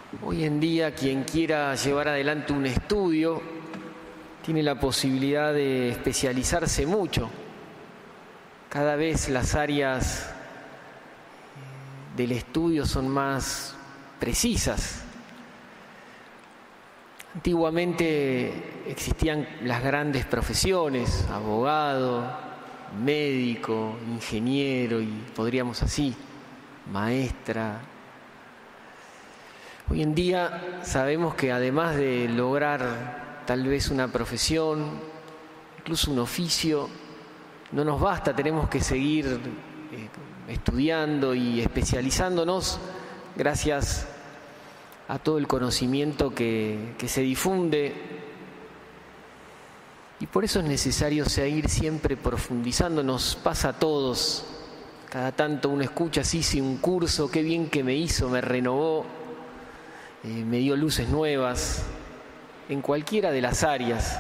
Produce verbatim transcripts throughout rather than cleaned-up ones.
Hoy en día quien quiera llevar adelante un estudio tiene la posibilidad de especializarse mucho. Cada vez las áreas del estudio son más precisas. Antiguamente existían las grandes profesiones, abogado, médico, ingeniero y podríamos así, maestra. Hoy en día sabemos que además de lograr tal vez una profesión, incluso un oficio, no nos basta, tenemos que seguir eh, estudiando y especializándonos gracias a todo el conocimiento que, que se difunde. Y por eso es necesario seguir siempre profundizando, nos pasa a todos. Cada tanto uno escucha, sí, hice un curso, qué bien que me hizo, me renovó, eh, me dio luces nuevas, en cualquiera de las áreas.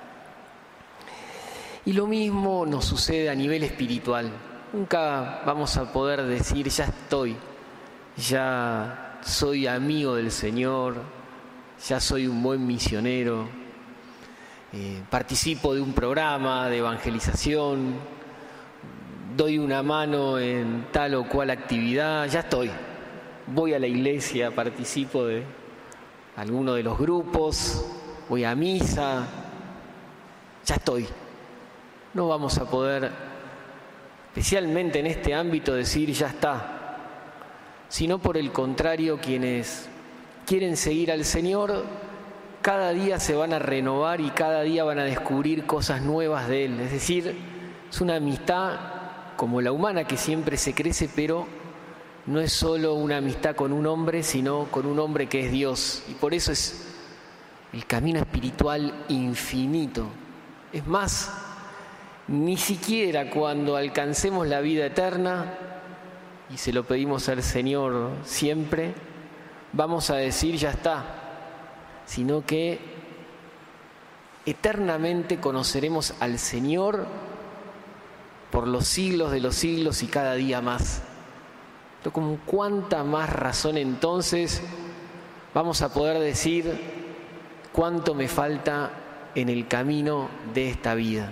Y lo mismo nos sucede a nivel espiritual. Nunca vamos a poder decir, ya estoy, ya soy amigo del Señor, ya soy un buen misionero, eh, participo de un programa de evangelización, doy una mano en tal o cual actividad, ya estoy. Voy a la iglesia, participo de alguno de los grupos, voy a misa, ya estoy. No vamos a poder, especialmente en este ámbito, decir ya está, sino por el contrario, quienes quieren seguir al Señor, cada día se van a renovar y cada día van a descubrir cosas nuevas de Él. Es decir, es una amistad como la humana que siempre se crece, pero no es solo una amistad con un hombre, sino con un hombre que es Dios. Y por eso es el camino espiritual infinito. Es más, ni siquiera cuando alcancemos la vida eterna, y se lo pedimos al Señor siempre, vamos a decir ya está, sino que eternamente conoceremos al Señor por los siglos de los siglos y cada día más. Pero con cuánta más razón entonces vamos a poder decir cuánto me falta en el camino de esta vida.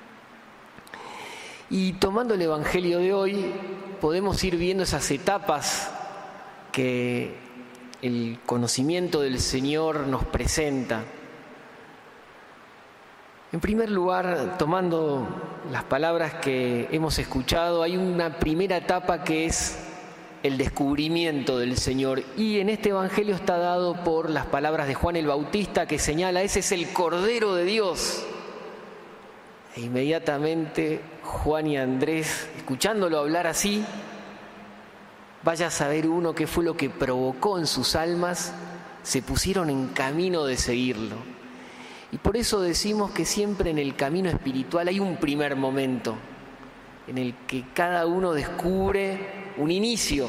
Y tomando el Evangelio de hoy, podemos ir viendo esas etapas que el conocimiento del Señor nos presenta. En primer lugar, tomando las palabras que hemos escuchado, hay una primera etapa que es el descubrimiento del Señor. Y en este Evangelio está dado por las palabras de Juan el Bautista, que señala, ese es el Cordero de Dios. E inmediatamente Juan y Andrés, escuchándolo hablar así, vaya a saber uno qué fue lo que provocó en sus almas, se pusieron en camino de seguirlo. Y por eso decimos que siempre en el camino espiritual hay un primer momento en el que cada uno descubre un inicio,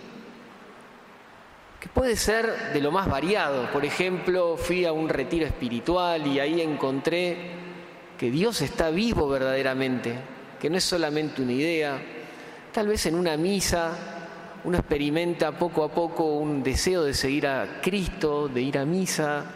que puede ser de lo más variado. Por ejemplo, fui a un retiro espiritual y ahí encontré que Dios está vivo verdaderamente, que no es solamente una idea. Tal vez en una misa uno experimenta poco a poco un deseo de seguir a Cristo, de ir a misa.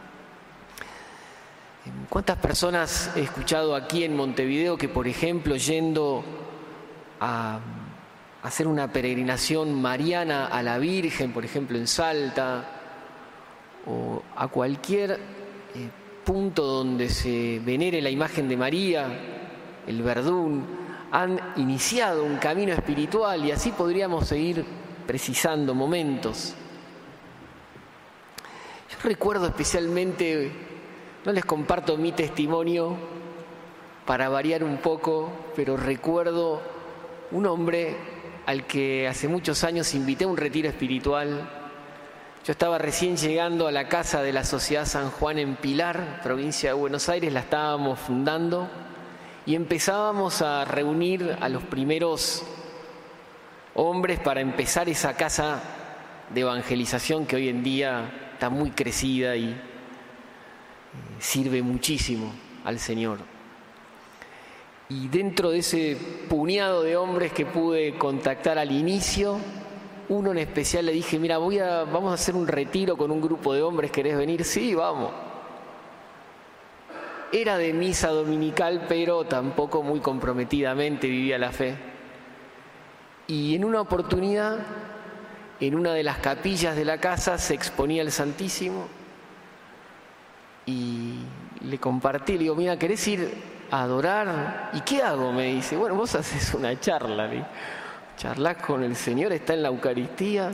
¿Cuántas personas he escuchado aquí en Montevideo que, por ejemplo, yendo a hacer una peregrinación mariana a la Virgen, por ejemplo en Salta, o a cualquier eh, punto donde se venere la imagen de María, el Verdún, han iniciado un camino espiritual, y así podríamos seguir precisando momentos. Yo recuerdo especialmente, no les comparto mi testimonio para variar un poco, pero recuerdo un hombre al que hace muchos años invité a un retiro espiritual. Yo estaba recién llegando a la casa de la Sociedad San Juan en Pilar, provincia de Buenos Aires, la estábamos fundando y empezábamos a reunir a los primeros hombres para empezar esa casa de evangelización que hoy en día está muy crecida y sirve muchísimo al Señor. Y dentro de ese puñado de hombres que pude contactar al inicio, uno en especial le dije, mira, voy a, vamos a hacer un retiro con un grupo de hombres, ¿querés venir? Sí, vamos. Era de misa dominical, pero tampoco muy comprometidamente vivía la fe. Y en una oportunidad, en una de las capillas de la casa se exponía el Santísimo y le compartí, le digo, mira, ¿querés ir a adorar? ¿Y qué hago? Me dice, bueno, vos haces una charla, le digo. Charlás con el Señor, está en la Eucaristía.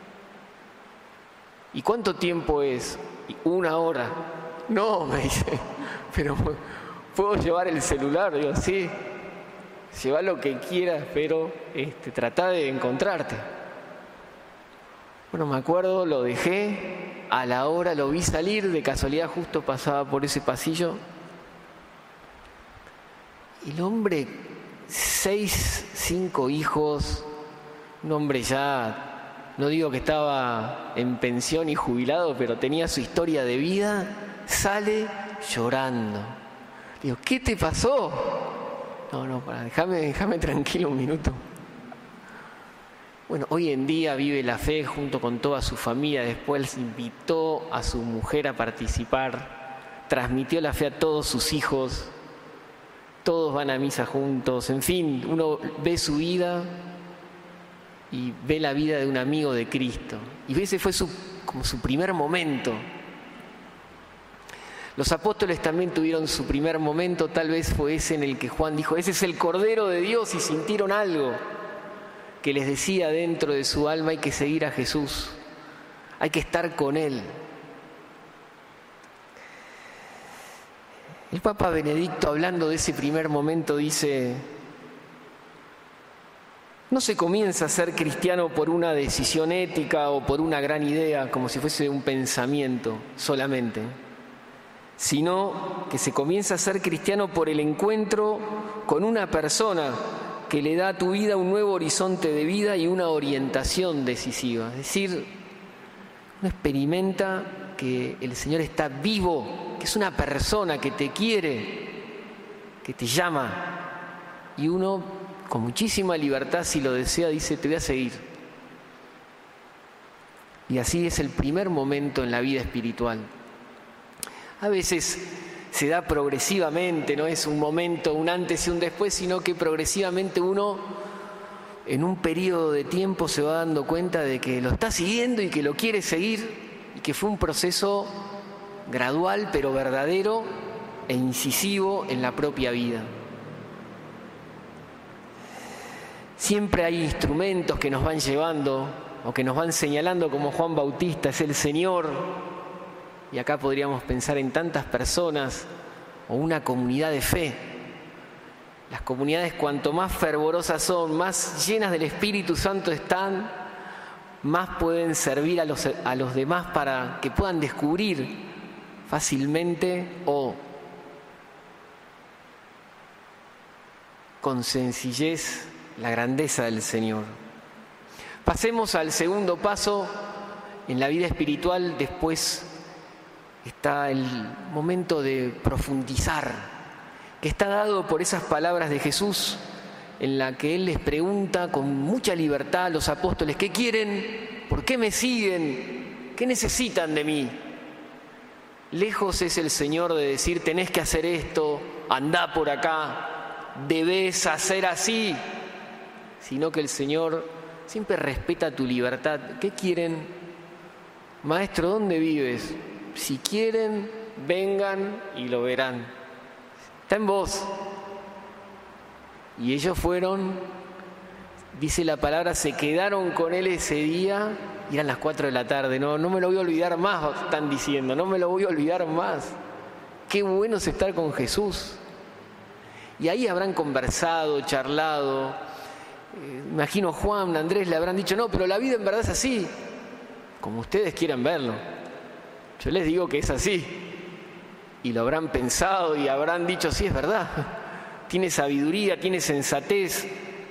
¿Y cuánto tiempo es? Una hora. No, me dice, pero ¿puedo llevar el celular? Digo, sí, lleva lo que quieras, pero este, trata de encontrarte. Bueno, me acuerdo, lo dejé, a la hora lo vi salir, de casualidad justo pasaba por ese pasillo. Y el hombre, seis, cinco hijos, un hombre ya, no digo que estaba en pensión y jubilado, pero tenía su historia de vida, sale llorando. Digo, ¿qué te pasó? No, no, para, déjame, déjame tranquilo un minuto. Bueno, hoy en día vive la fe junto con toda su familia, después invitó a su mujer a participar, transmitió la fe a todos sus hijos, todos van a misa juntos, en fin, uno ve su vida y ve la vida de un amigo de Cristo. Y ese fue su, como su primer momento. Los apóstoles también tuvieron su primer momento, tal vez fue ese en el que Juan dijo, ese es el Cordero de Dios, y sintieron algo que les decía dentro de su alma, hay que seguir a Jesús, hay que estar con Él. El Papa Benedicto, hablando de ese primer momento, dice, no se comienza a ser cristiano por una decisión ética o por una gran idea, como si fuese un pensamiento solamente, sino que se comienza a ser cristiano por el encuentro con una persona que le da a tu vida un nuevo horizonte de vida y una orientación decisiva. Es decir, uno experimenta que el Señor está vivo, que es una persona que te quiere, que te llama, y uno con muchísima libertad, si lo desea, dice, te voy a seguir. Y así es el primer momento en la vida espiritual. A veces se da progresivamente, no es un momento, un antes y un después, sino que progresivamente uno en un periodo de tiempo se va dando cuenta de que lo está siguiendo y que lo quiere seguir, y que fue un proceso gradual pero verdadero e incisivo en la propia vida. Siempre hay instrumentos que nos van llevando o que nos van señalando, como Juan Bautista, es el Señor. Y acá podríamos pensar en tantas personas o una comunidad de fe. Las comunidades, cuanto más fervorosas son, más llenas del Espíritu Santo están, más pueden servir a los, a los demás para que puedan descubrir fácilmente o con sencillez la grandeza del Señor. Pasemos al segundo paso en la vida espiritual. Después está el momento de profundizar, que está dado por esas palabras de Jesús, en la que Él les pregunta con mucha libertad a los apóstoles, ¿qué quieren? ¿Por qué me siguen? ¿Qué necesitan de mí? Lejos es el Señor de decir, tenés que hacer esto, andá por acá, debés hacer así, sino que el Señor siempre respeta tu libertad. ¿Qué quieren? Maestro, ¿dónde vives? Si quieren, vengan y lo verán. Está en vos. Y ellos fueron, dice la palabra, se quedaron con Él ese día, y eran las cuatro de la tarde. No, no me lo voy a olvidar más, están diciendo, no me lo voy a olvidar más. Qué bueno es estar con Jesús. Y ahí habrán conversado, charlado. Eh, imagino Juan, Andrés le habrán dicho, no, pero la vida en verdad es así, como ustedes quieran verlo. Yo les digo que es así. Y lo habrán pensado y habrán dicho, sí, es verdad. Tiene sabiduría, tiene sensatez.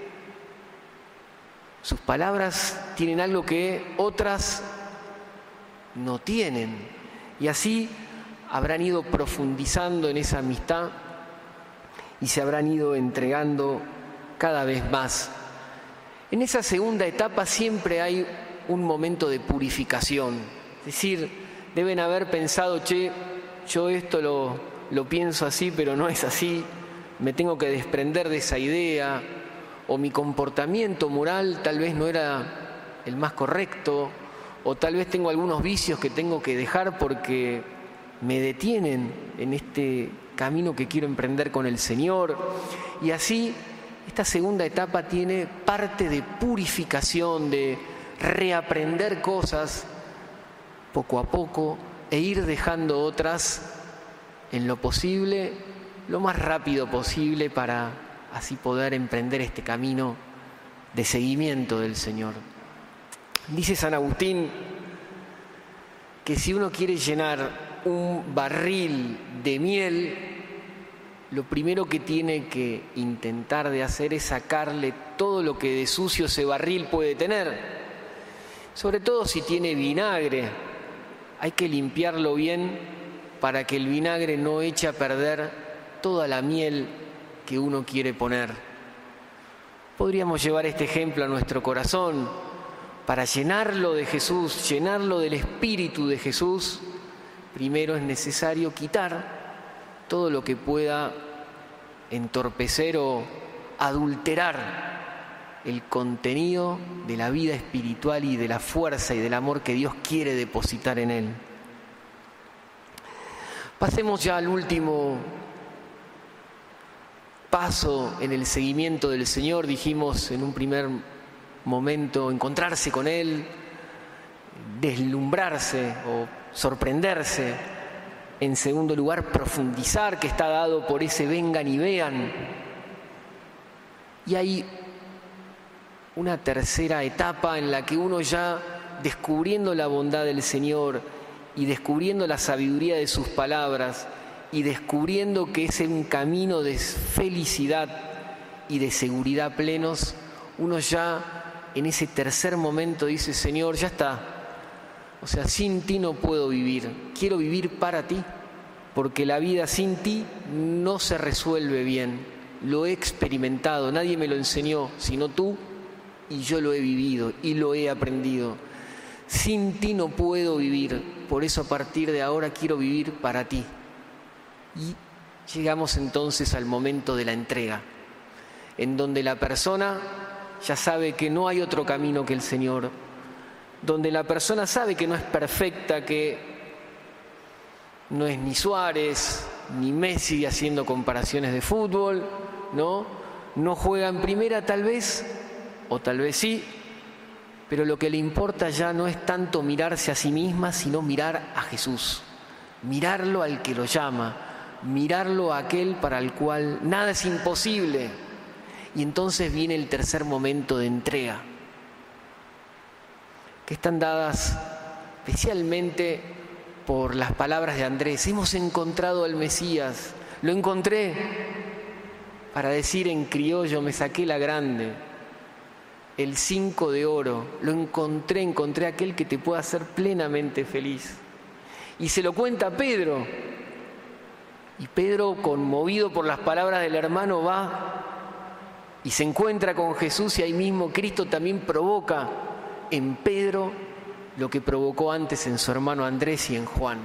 Sus palabras tienen algo que otras no tienen. Y así habrán ido profundizando en esa amistad y se habrán ido entregando cada vez más. En esa segunda etapa siempre hay un momento de purificación. Es decir, deben haber pensado, che, yo esto lo, lo pienso así, pero no es así. Me tengo que desprender de esa idea. O mi comportamiento moral tal vez no era el más correcto. O tal vez tengo algunos vicios que tengo que dejar porque me detienen en este camino que quiero emprender con el Señor. Y así, esta segunda etapa tiene parte de purificación, de reaprender cosas poco a poco e ir dejando otras en lo posible, lo más rápido posible, para así poder emprender este camino de seguimiento del Señor. Dice San Agustín que si uno quiere llenar un barril de miel, lo primero que tiene que intentar de hacer es sacarle todo lo que de sucio ese barril puede tener. Sobre todo si tiene vinagre, hay que limpiarlo bien para que el vinagre no eche a perder toda la miel que uno quiere poner. Podríamos llevar este ejemplo a nuestro corazón. Para llenarlo de Jesús, llenarlo del Espíritu de Jesús, primero es necesario quitar todo lo que pueda entorpecer o adulterar el contenido de la vida espiritual y de la fuerza y del amor que Dios quiere depositar en él. Pasemos ya al último paso en el seguimiento del Señor. Dijimos en un primer momento encontrarse con Él, deslumbrarse o sorprenderse. En segundo lugar, profundizar, que está dado por ese vengan y vean. Y hay una tercera etapa en la que uno ya, descubriendo la bondad del Señor y descubriendo la sabiduría de sus palabras y descubriendo que es un camino de felicidad y de seguridad plenos, uno ya en ese tercer momento dice: Señor, ya está. O sea, sin ti no puedo vivir. Quiero vivir para ti, porque la vida sin ti no se resuelve bien. Lo he experimentado, nadie me lo enseñó, sino tú, y yo lo he vivido y lo he aprendido. Sin ti no puedo vivir, por eso a partir de ahora quiero vivir para ti. Y llegamos entonces al momento de la entrega, en donde la persona ya sabe que no hay otro camino que el Señor, donde la persona sabe que no es perfecta, que no es ni Suárez, ni Messi haciendo comparaciones de fútbol, ¿no? No juega en primera tal vez, o tal vez sí, pero lo que le importa ya no es tanto mirarse a sí misma, sino mirar a Jesús, mirarlo al que lo llama, mirarlo a aquel para el cual nada es imposible. Y entonces viene el tercer momento de entrega, que están dadas especialmente por las palabras de Andrés. Hemos encontrado al Mesías, lo encontré, para decir en criollo, me saqué la grande, el cinco de oro, lo encontré, encontré aquel que te pueda hacer plenamente feliz. Y se lo cuenta a Pedro, y Pedro, conmovido por las palabras del hermano, va y se encuentra con Jesús, y ahí mismo Cristo también provoca en Pedro lo que provocó antes en su hermano Andrés y en Juan.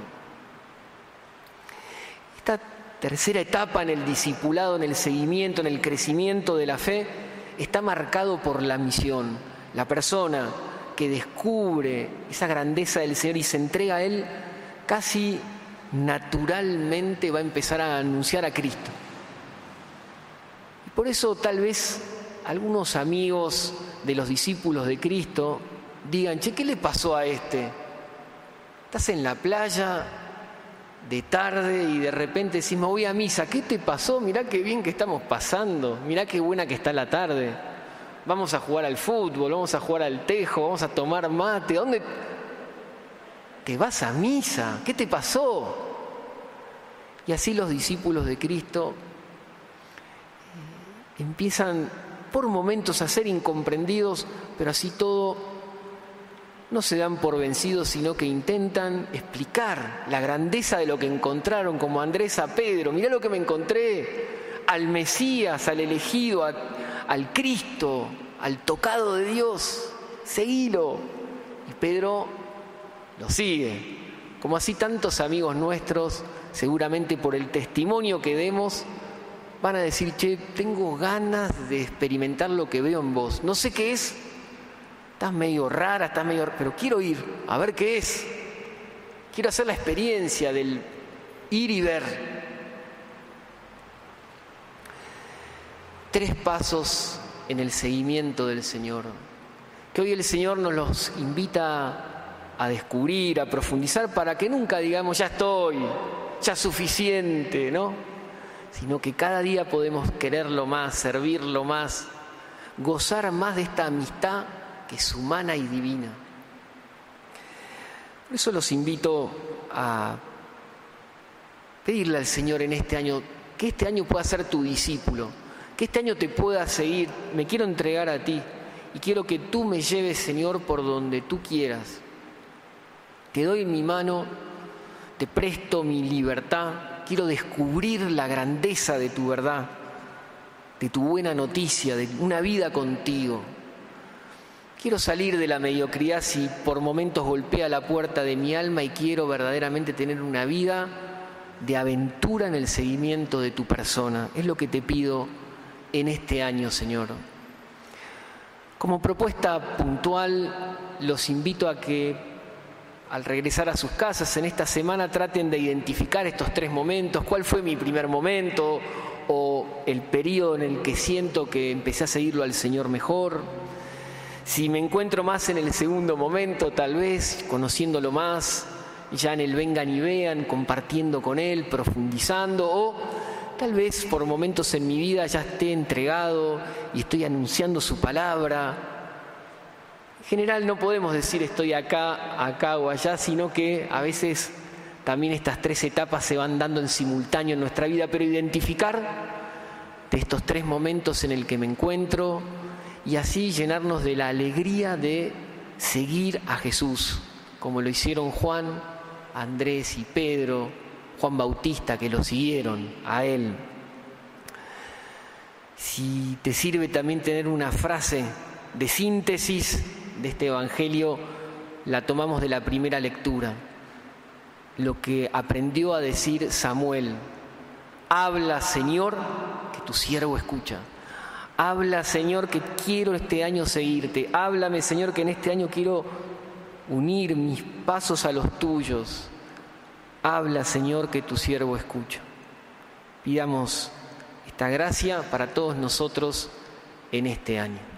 Esta tercera etapa en el discipulado, en el seguimiento, en el crecimiento de la fe, está marcado por la misión. La persona que descubre esa grandeza del Señor y se entrega a Él, casi naturalmente va a empezar a anunciar a Cristo. Por eso tal vez algunos amigos de los discípulos de Cristo digan: che, ¿qué le pasó a este? Estás en la playa de tarde y de repente decís: me voy a misa. ¿Qué te pasó? Mirá qué bien que estamos pasando, mirá qué buena que está la tarde. Vamos a jugar al fútbol, vamos a jugar al tejo, vamos a tomar mate. ¿Dónde te vas a misa? ¿Qué te pasó? Y así los discípulos de Cristo empiezan por momentos a ser incomprendidos, pero así todo no se dan por vencidos, sino que intentan explicar la grandeza de lo que encontraron, como Andrés a Pedro. Mirá lo que me encontré, al Mesías, al elegido, a, al Cristo, al tocado de Dios, seguilo. Y Pedro lo sigue. Como así tantos amigos nuestros, seguramente por el testimonio que demos, van a decir, che, tengo ganas de experimentar lo que veo en vos. No sé qué es, estás medio rara, estás medio... pero quiero ir a ver qué es. Quiero hacer la experiencia del ir y ver. Tres pasos en el seguimiento del Señor, que hoy el Señor nos los invita a descubrir, a profundizar, para que nunca digamos, ya estoy, ya es suficiente, ¿no? Sino que cada día podemos quererlo más, servirlo más, gozar más de esta amistad que es humana y divina. Por eso los invito a pedirle al Señor en este año, que este año pueda ser tu discípulo, que este año te pueda seguir. Me quiero entregar a ti y quiero que tú me lleves, Señor, por donde tú quieras. Te doy mi mano, te presto mi libertad, quiero descubrir la grandeza de tu verdad, de tu buena noticia, de una vida contigo. Quiero salir de la mediocridad si por momentos golpea la puerta de mi alma y quiero verdaderamente tener una vida de aventura en el seguimiento de tu persona. Es lo que te pido en este año, Señor. Como propuesta puntual, los invito a que al regresar a sus casas en esta semana traten de identificar estos tres momentos. ¿Cuál fue mi primer momento? O el periodo en el que siento que empecé a seguirlo al Señor mejor. Si me encuentro más en el segundo momento, tal vez conociéndolo más, ya en el vengan y vean, compartiendo con Él, profundizando, o tal vez por momentos en mi vida ya esté entregado y estoy anunciando su palabra. En general no podemos decir estoy acá, acá o allá, sino que a veces también estas tres etapas se van dando en simultáneo en nuestra vida, pero identificar de estos tres momentos en el que me encuentro y así llenarnos de la alegría de seguir a Jesús, como lo hicieron Juan, Andrés y Pedro, Juan Bautista, que lo siguieron a Él. Si te sirve también tener una frase de síntesis de este Evangelio, la tomamos de la primera lectura. Lo que aprendió a decir Samuel: habla, Señor, que tu siervo escucha. Habla, Señor, que quiero este año seguirte. Háblame, Señor, que en este año quiero unir mis pasos a los tuyos. Habla, Señor, que tu siervo escucha. Pidamos esta gracia para todos nosotros en este año.